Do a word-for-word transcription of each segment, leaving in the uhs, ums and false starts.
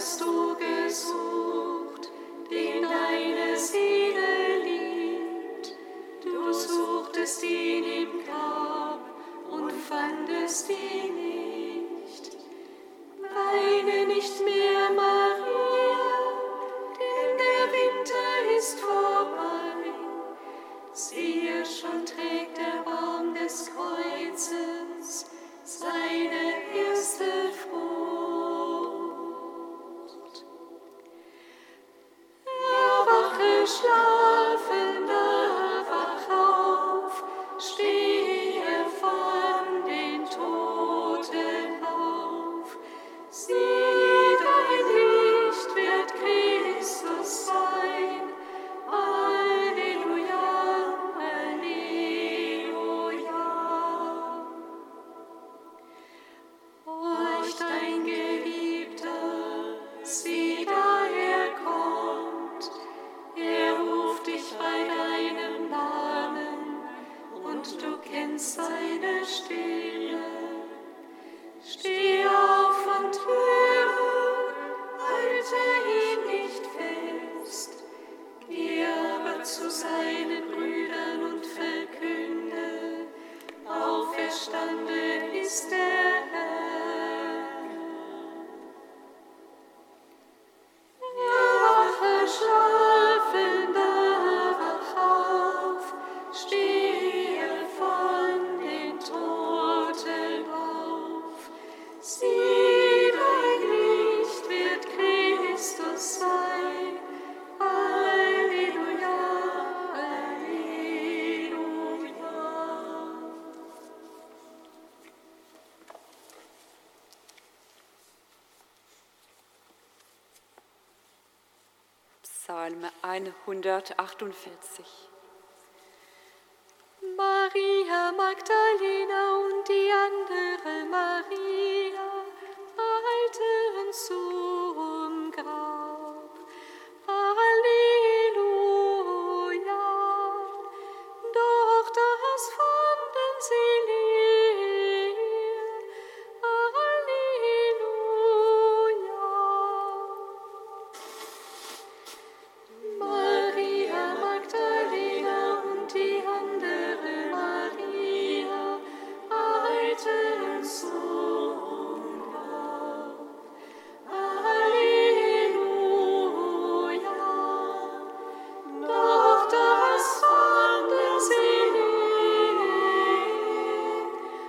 hast du gesucht, den deine Seele liebt. Du suchtest ihn im Grab und fandest ihn nicht. Weine nicht mehr, Maria, denn der Winter ist vorbei. Siehe, schon trägt der Baum des Kreuzes seine erste Frucht. Erwache, Schlafender, wach auf, stehe von den Toten auf. Sieh, dein Licht wird Christus sein. Halleluja, Halleluja. Horch, dein Geliebter, sieh, da er kommt. Er ruft dich bei deinem Namen und du kennst seine Stimme. Steh auf und höre, halte ihn nicht fest. Geh aber zu seinen Brüdern und verkünde, auferstanden ist der Herr. Erwache, Schlafender, wach auf, stehe von den Toten auf. Sieh, dein Licht wird Christus sein. Halleluja, Halleluja. Psalm hundertachtundvierzig. Maria Magdalena und die andere Maria eilten zum Grab. Halleluja, doch das fanden sie leer. Halleluja. Maria Magdalena und die andere Maria eilten zum Grab. Halleluja, doch das fanden sie leer.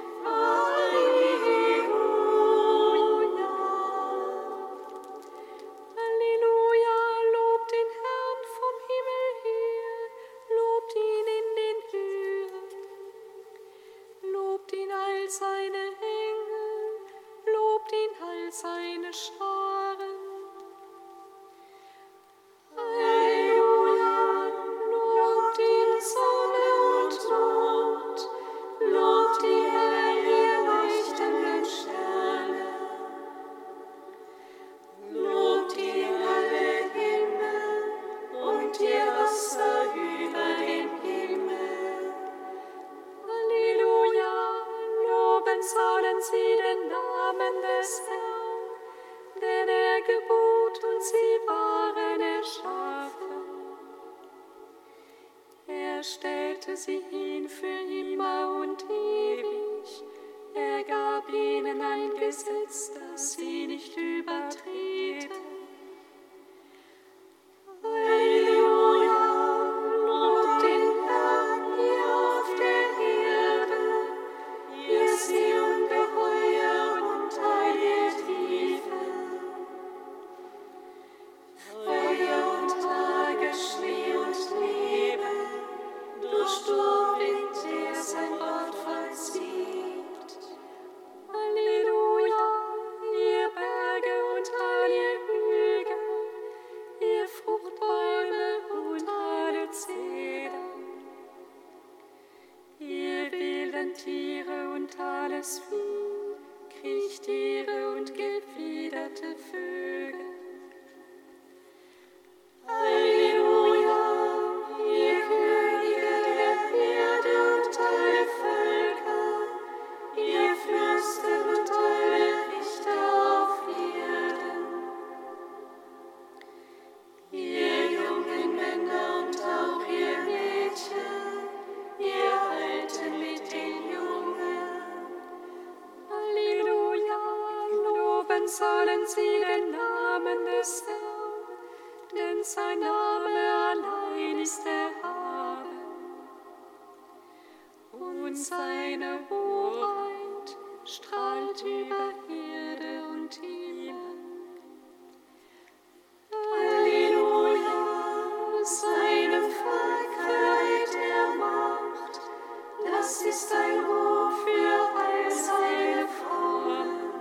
Halleluja. Halleluja, lobt den Herrn vom Himmel her, lobt ihn in den Höhen, lobt ihn all seine Engel, lobt ihn all seine Scharen. Halleluja, lobt ihn Sonne und Mond, lobt die hell leuchtenden Sterne. Lobt ihn alle Himmel und ihr Wasser über dem Himmel. Halleluja, loben sollen sie den Namen des Herrn, denn er gebot und sie waren erschaffen. Er stellte sie hin für immer und ewig. Er gab ihnen ein Gesetz, das sie nicht übertreten. Halleluja, lobt den Herrn, ihr auf der Erde, ihr Seeungeheuer und all ihr Tiefen. Feuer und Tage, Schnee und Nebel, durch Sturmwind, der sein Wort vollzieht. Halleluja, ihr Berge und all ihr Hügel, ihr Fruchtbäume und alle Zedern, ihr wilden Tiere und alles Vieh, Kriechtiere und gefiederte Vögel. Halleluja, ihr Könige der Erde und alle Völker, ihr Fürsten und alle Richter auf Erden. Loben sollen sie den Namen des Herrn, denn sein Name allein ist erhaben. Und seine Hoheit strahlt über Erde und Himmel. Halleluja, seine Vollkommenheit der Macht, das ist ein Lob für all seine Formen.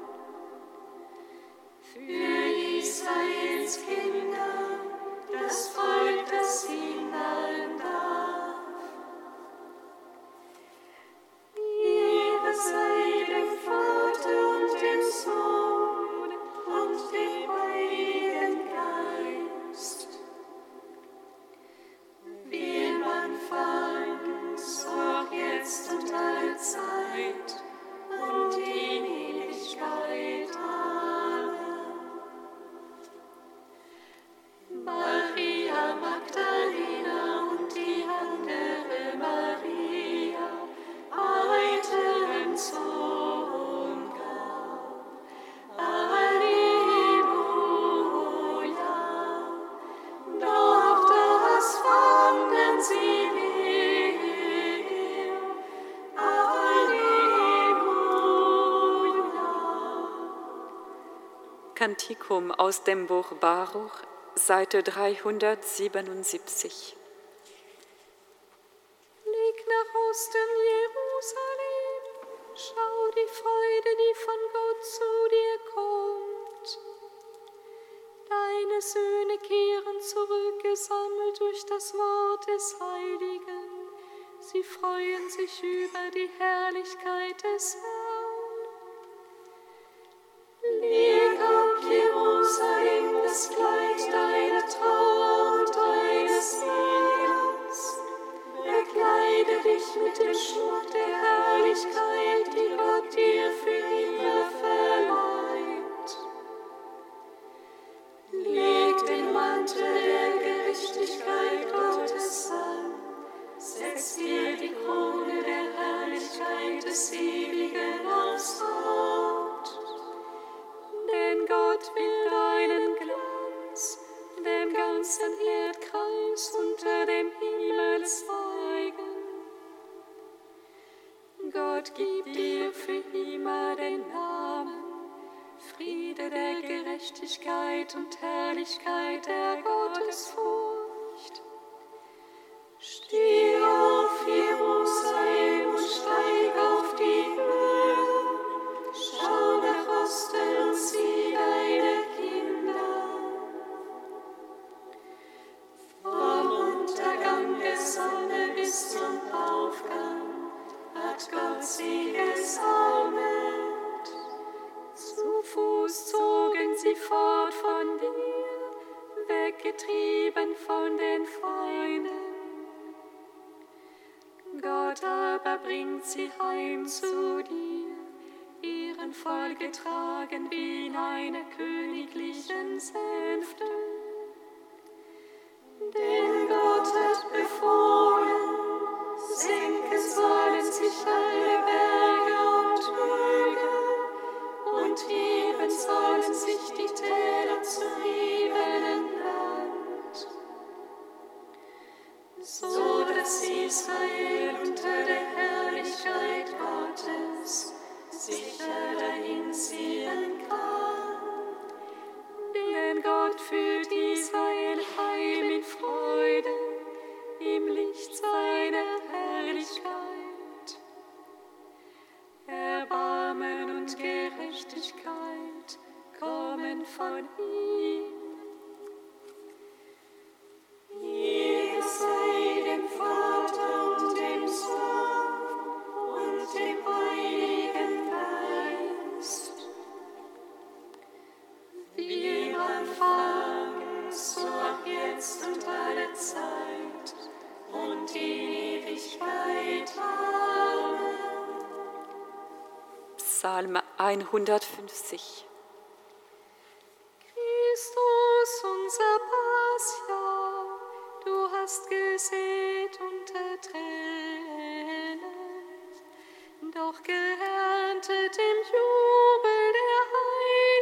Für Israels Kinder, das Volk, das ihn nahen darf. Ehre sei dem Vater und dem Sohn und dem Heiligen Geist. Wie im Anfang, so auch jetzt und alle Zeit und in Ewigkeit. Amen. Maria Magdalena und die andere Maria eilten zum Grab. Halleluja, doch das fanden sie leer. Halleluja. Kantikum aus dem Buch Baruch, Seite dreihundertsiebenundsiebzig. Blick nach Osten, Jerusalem, schau die Freude, die von Gott zu dir kommt. Deine Söhne kehren zurück, gesammelt durch das Wort des Heiligen. Sie freuen sich über die Herrlichkeit des Herrn. Leg ab, Jerusalem, das Kleid deiner Trauer und deines Elends. Bekleide dich mit dem Schmuck der Herrlichkeit, die Gott dir für immer verleiht. Leg den Mantel der Gerechtigkeit Gottes an, setz dir die Krone der Herrlichkeit des Ewigen aufs Haupt. Denn Gott will deinen Glanz dem ganzen Erdkreis unter dem Himmel zeigen. Gott gibt dir für immer den Namen, Friede der Gerechtigkeit und Herrlichkeit der Gottesfurcht. Steh auf, Jerusalem, und steig auf die Höhe. Schau nach Osten und sieh deine Kinder. Vom Untergang der Sonne bis zum Aufgang hat Gott sie gesammelt. Zu Fuß zogen sie fort von dir, weggetrieben von den Feinden. Gott aber bringt sie heim zu dir, ehrenvoll getragen wie in einer königlichen Sänfte. Denn Gott hat befohlen, senken sollen sich alle Berge und Hügel, und heben sollen sich die Täler zum ebenen Land, so dass Israel unter der Herrlichkeit Gottes sicher dahin ziehen kann. Denn Gott führt Israel heim in Freude, im Licht seiner Herrlichkeit. Erbarmen und Gerechtigkeit kommen von ihm. Ehre sei dem Vater und dem Sohn und dem Heiligen Geist, wie im Anfang, so auch jetzt und alle Zeit und in Ewigkeit. Amen. Psalm hundertfünfzig. Christus, unser Pascha, du hast gesät unter Tränen, doch geerntet im Jubel der Heiligen.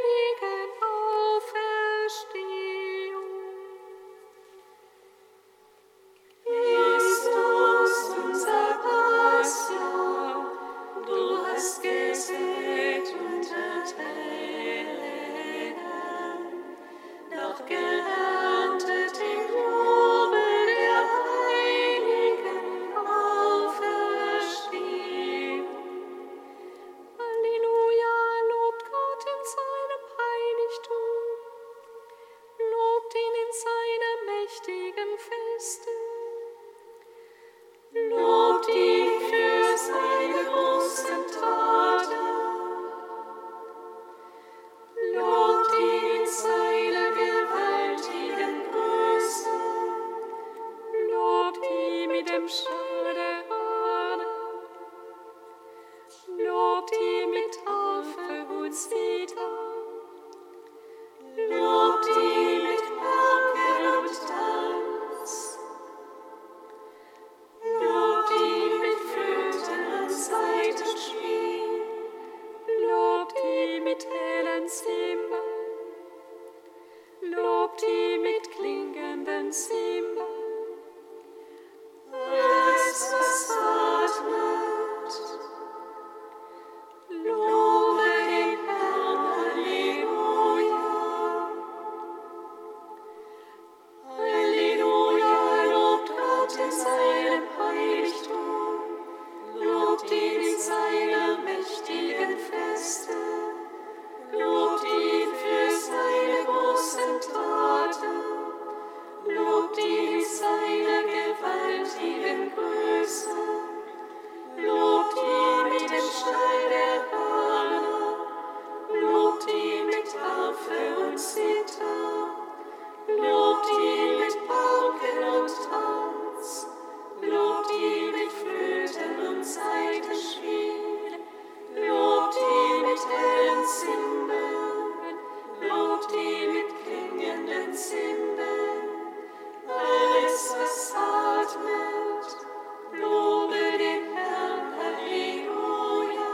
Harfe und Zither, lobt ihn mit Pauken und Tanz, lobt ihn mit Flöten und Saitenspiel, lobt ihn mit hellen Zimbeln, lobt ihn mit klingenden Zimbeln. Alles, was atmet, lobe den Herrn, Halleluja.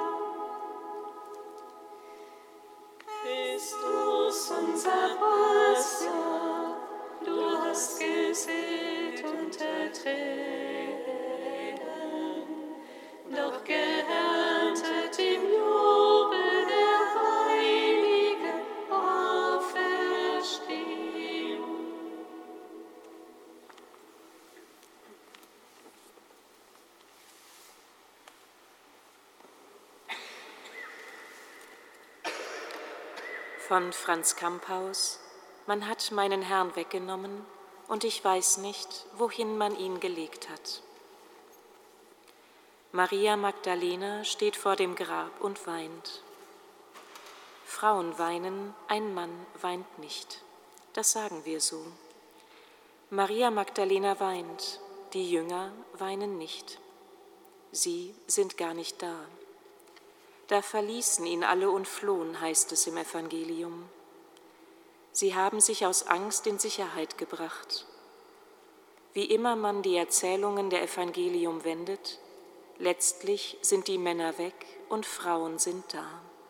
Christus, unser Passer, du hast gesät unter Tränen, doch geerntet im Jubel der heiligen Auferstehung. Von Franz Kamphaus: Man hat meinen Herrn weggenommen, und ich weiß nicht, wohin man ihn gelegt hat. Maria Magdalena steht vor dem Grab und weint. Frauen weinen, ein Mann weint nicht. Das sagen wir so. Maria Magdalena weint, die Jünger weinen nicht. Sie sind gar nicht da. Da verließen ihn alle und flohen, heißt es im Evangelium. Sie haben sich aus Angst in Sicherheit gebracht. Wie immer man die Erzählungen der Evangelium wendet, letztlich sind die Männer weg und Frauen sind da.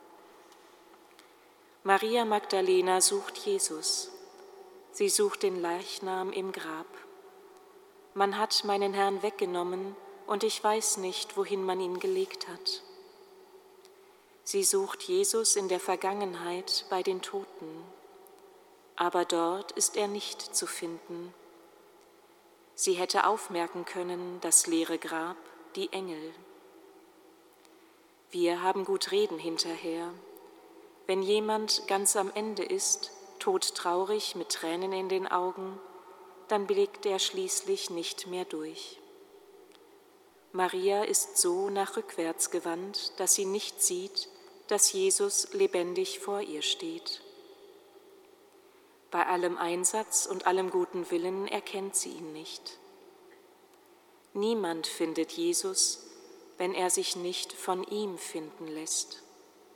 Maria Magdalena sucht Jesus. Sie sucht den Leichnam im Grab. Man hat meinen Herrn weggenommen, und ich weiß nicht, wohin man ihn gelegt hat. Sie sucht Jesus in der Vergangenheit bei den Toten, aber dort ist er nicht zu finden. Sie hätte aufmerken können, das leere Grab, die Engel. Wir haben gut reden hinterher. Wenn jemand ganz am Ende ist, todtraurig mit Tränen in den Augen, dann blickt er schließlich nicht mehr durch. Maria ist so nach rückwärts gewandt, dass sie nicht sieht, dass Jesus lebendig vor ihr steht. Bei allem Einsatz und allem guten Willen erkennt sie ihn nicht. Niemand findet Jesus, wenn er sich nicht von ihm finden lässt.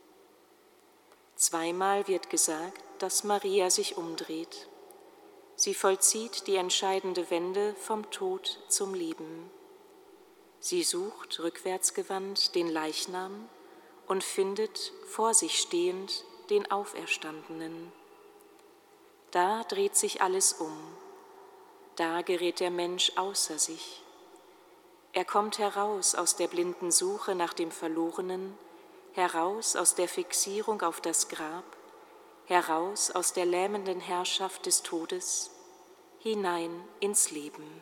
Zweimal wird gesagt, dass Maria sich umdreht. Sie vollzieht die entscheidende Wende vom Tod zum Leben. Sie sucht rückwärtsgewandt den Leichnam und findet vor sich stehend den Auferstandenen. Da dreht sich alles um. Da gerät der Mensch außer sich. Er kommt heraus aus der blinden Suche nach dem Verlorenen, heraus aus der Fixierung auf das Grab, heraus aus der lähmenden Herrschaft des Todes, hinein ins Leben.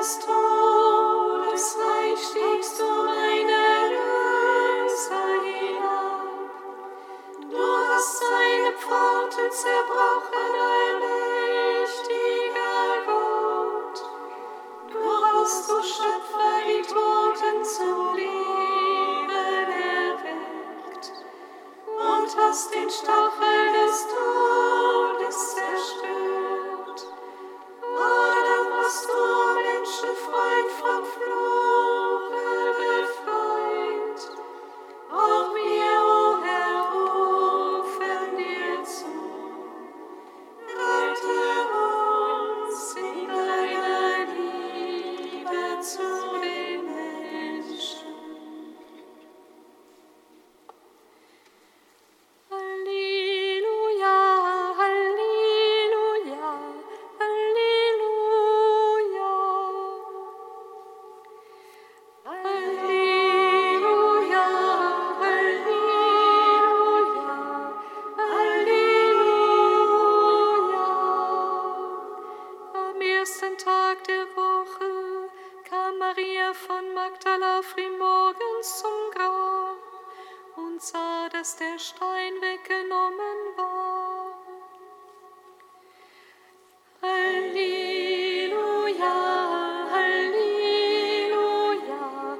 des Todes Reich stiegst du mein Erlöser hinab. Du hast seine Pforten zerbrochen, allmächtiger Gott. Du hast, du Schöpfer, die Toten zum Leben erweckt und hast den Stachel des Todes zerstört. Adam hast du Menschenfreund vom Fluche befreit. Auch wir, o Herr, rufen dir zu. Rette uns in deiner Liebe zu den Menschen. Halleluja, Halleluja, Halleluja. Halleluja, Halleluja, Halleluja. Am ersten Tag der Woche kam Maria von Magdala frühmorgens zum Grab und sah, dass der Stein weggenommen war. Halleluja, Halleluja,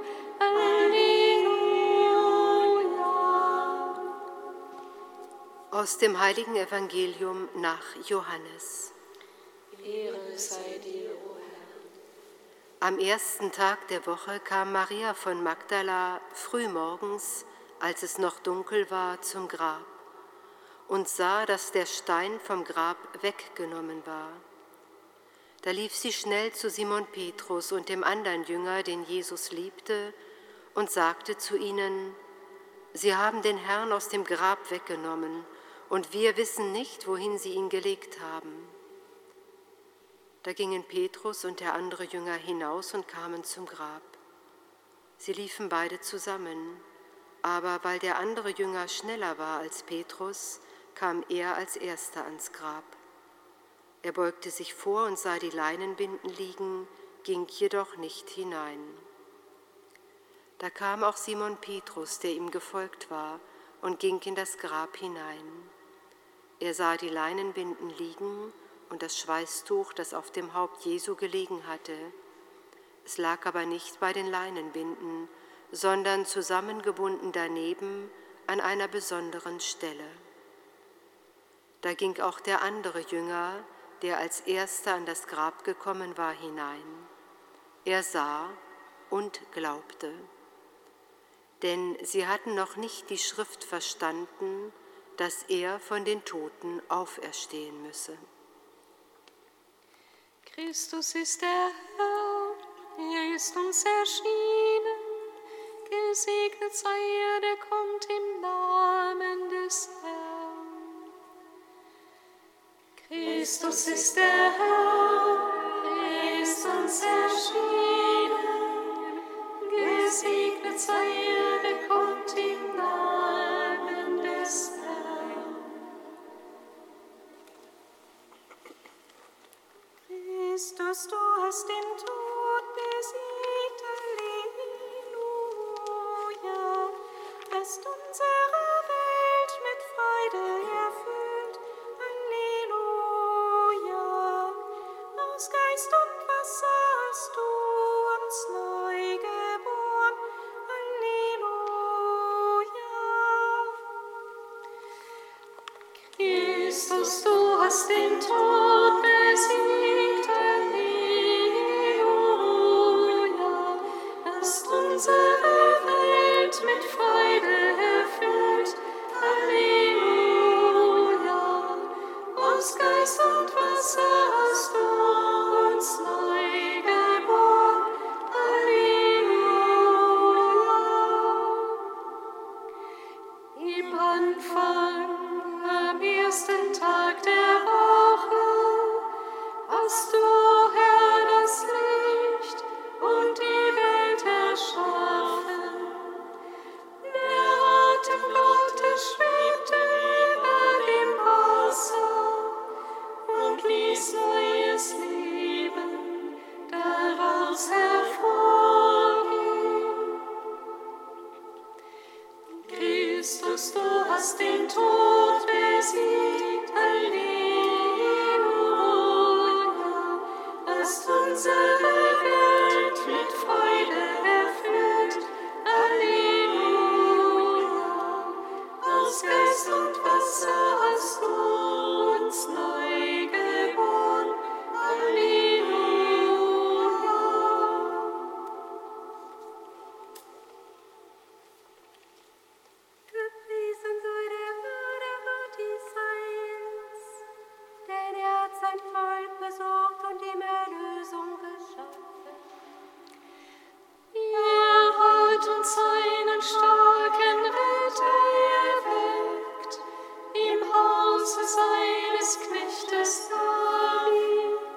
Halleluja. Aus dem heiligen Evangelium nach Johannes. Ehre sei dir, o Herr. Am ersten Tag der Woche kam Maria von Magdala frühmorgens, als es noch dunkel war, zum Grab und sah, dass der Stein vom Grab weggenommen war. Da lief sie schnell zu Simon Petrus und dem anderen Jünger, den Jesus liebte, und sagte zu ihnen: Sie haben den Herrn aus dem Grab weggenommen, und wir wissen nicht, wohin sie ihn gelegt haben. Da gingen Petrus und der andere Jünger hinaus und kamen zum Grab. Sie liefen beide zusammen, aber weil der andere Jünger schneller war als Petrus, kam er als erster ans Grab. Er beugte sich vor und sah die Leinenbinden liegen, ging jedoch nicht hinein. Da kam auch Simon Petrus, der ihm gefolgt war, und ging in das Grab hinein. Er sah die Leinenbinden liegen und das Schweißtuch, das auf dem Haupt Jesu gelegen hatte. Es lag aber nicht bei den Leinenbinden, sondern zusammengebunden daneben an einer besonderen Stelle. Da ging auch der andere Jünger, der als erster an das Grab gekommen war, hinein. Er sah und glaubte. Denn sie hatten noch nicht die Schrift verstanden, dass er von den Toten auferstehen müsse. Christus ist der Herr, er ist uns erschienen. Gesegnet sei er, der kommt im Namen des Herrn. Christus ist der Herr, er ist uns erschienen. Gesegnet sei er, der kommt im Namen des Herrn. Christus, du hast den Tod besiegt, Halleluja. Hast unsere Welt mit Freude erfüllt, Halleluja. Aus Geist und Wasser hast du uns neu geboren, Halleluja. Christus, du hast den Tod besiegt, Halleluja. Hast unsere Welt mit Freude erfüllt, Halleluja. Aus Geist und Wasser hast du uns neu geboren, Halleluja. Im Anfang, am ersten Tag der Woche, hast du, Herr, das Licht und die Welt erschaffen. Der Atem Gottes schwebte über dem Wasser und ließ neues Leben daraus daraus hervorgehen. Christus, du hast den Tod besiegt, Halleluja, hast unsere Welt mit Freude erfüllt, Halleluja, aus Geist und Wasser hast du uns neu geboren, Halleluja. Gepriesen sei der Herr, der Gott Israels, denn er hat sein Volk besucht und ihm Erlösung geschaffen. Er hat uns seinen starken Retter erweckt, im Hause seines Knechtes David.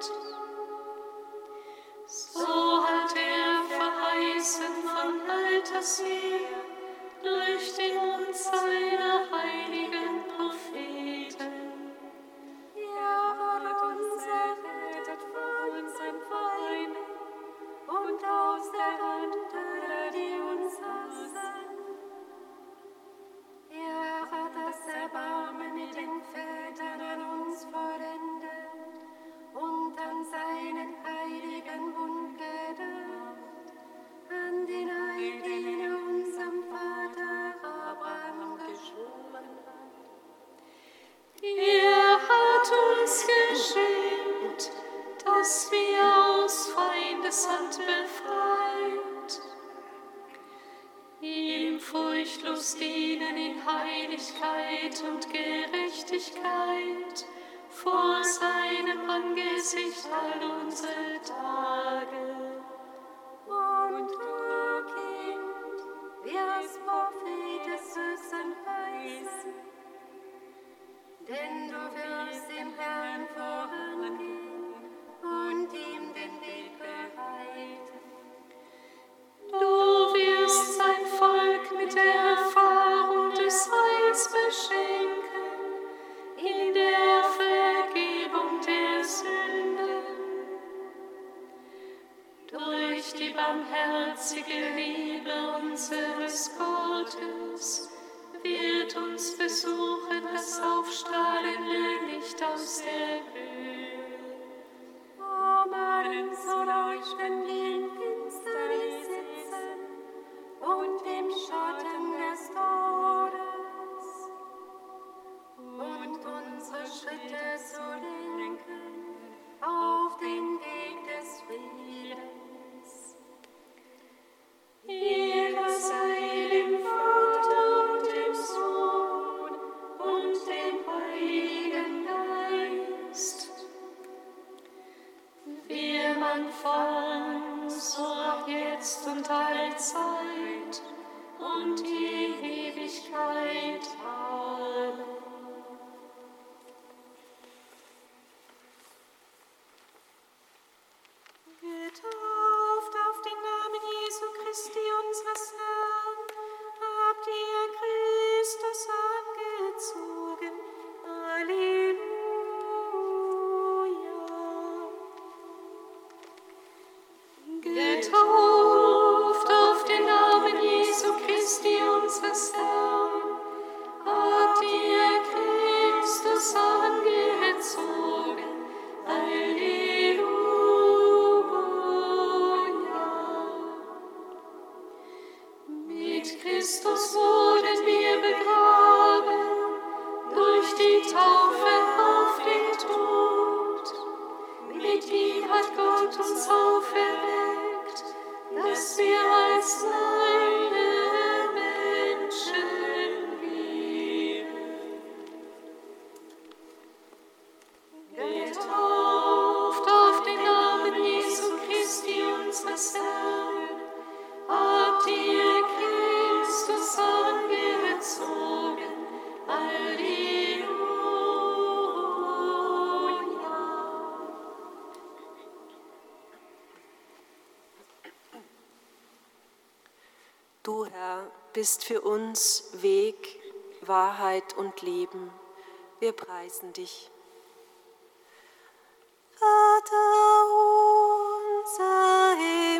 So hat er verheißen von alters her, durch den Mund seiner heiligen Propheten. Er hat uns errettet von unseren Feinden und aus der Hand derer, die uns hassen. Er hat das Erbarmen mit den Vätern an uns vollendet und an seinen heiligen Bund gedacht, an den Eid, den er unserem Vater Abraham geschworen hat. Er hat uns geschenkt, dass wir aus Feindeshand befreit, ihm furchtlos dienen in Heiligkeit und Gerechtigkeit, vor seinem Angesicht all unsere Tage. Und du, Kind, wirst Prophet Süßen heißen, denn du wirst dem Herrn vorangehen und ihm den Weg bereiten. Du wirst sein Volk mit der Erfahrung des Heils beschenken, in der Vergebung der Sünden. Durch die barmherzige Liebe unseres Gottes wird uns besuchen das aufstrahlende Licht aus der Höhe. Um allen zu leuchten, die in Finsternis sitzen und im Schatten des Todes, und unsere Schritte zu lenken auf den Weg des Friedens. Ehre sei dem Vater und dem Sohn und dem Heiligen Geist, wie im Anfang, so auch jetzt und allzeit und in Ewigkeit. Amen. Getauft auf den Namen Jesu Christi, unseres Herrn, habt ihr Christus angezogen. Halleluja. Getauft auf den Namen Jesu Christi, unseres Herrn, habt ihr Christus angezogen. Halleluja. Mit Christus wurden wir begraben, durch die Taufe auf den Tod. Mit ihm hat Gott uns auferweckt, dass wir als seine Menschen leben. Getauft auf den Namen Jesu Christi, unseres Herrn, habt ihr Christus angezogen. Halleluja. Du, Herr, bist für uns Weg, Wahrheit und Leben. Wir preisen dich. Vater unser im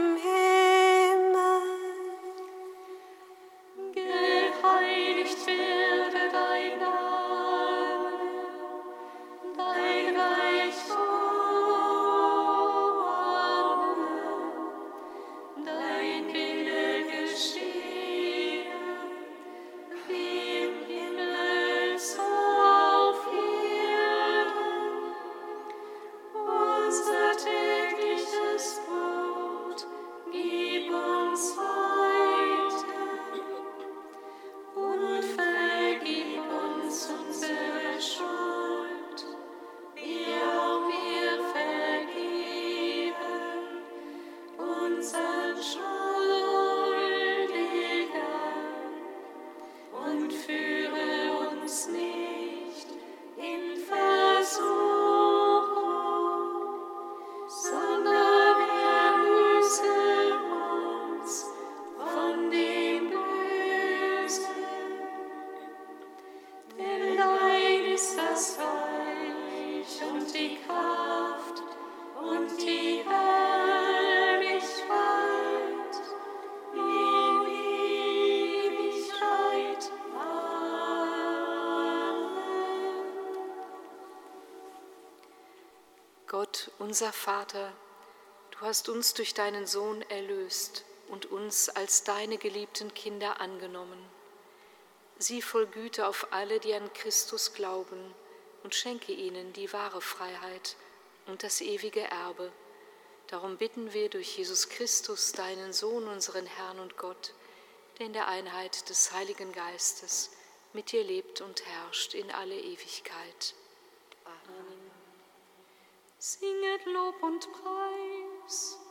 Gott, unser Vater, du hast uns durch deinen Sohn erlöst und uns als deine geliebten Kinder angenommen. Sieh voll Güte auf alle, die an Christus glauben, und schenke ihnen die wahre Freiheit und das ewige Erbe. Darum bitten wir durch Jesus Christus, deinen Sohn, unseren Herrn und Gott, der in der Einheit des Heiligen Geistes mit dir lebt und herrscht in alle Ewigkeit. Amen. Singet Lob und Preis.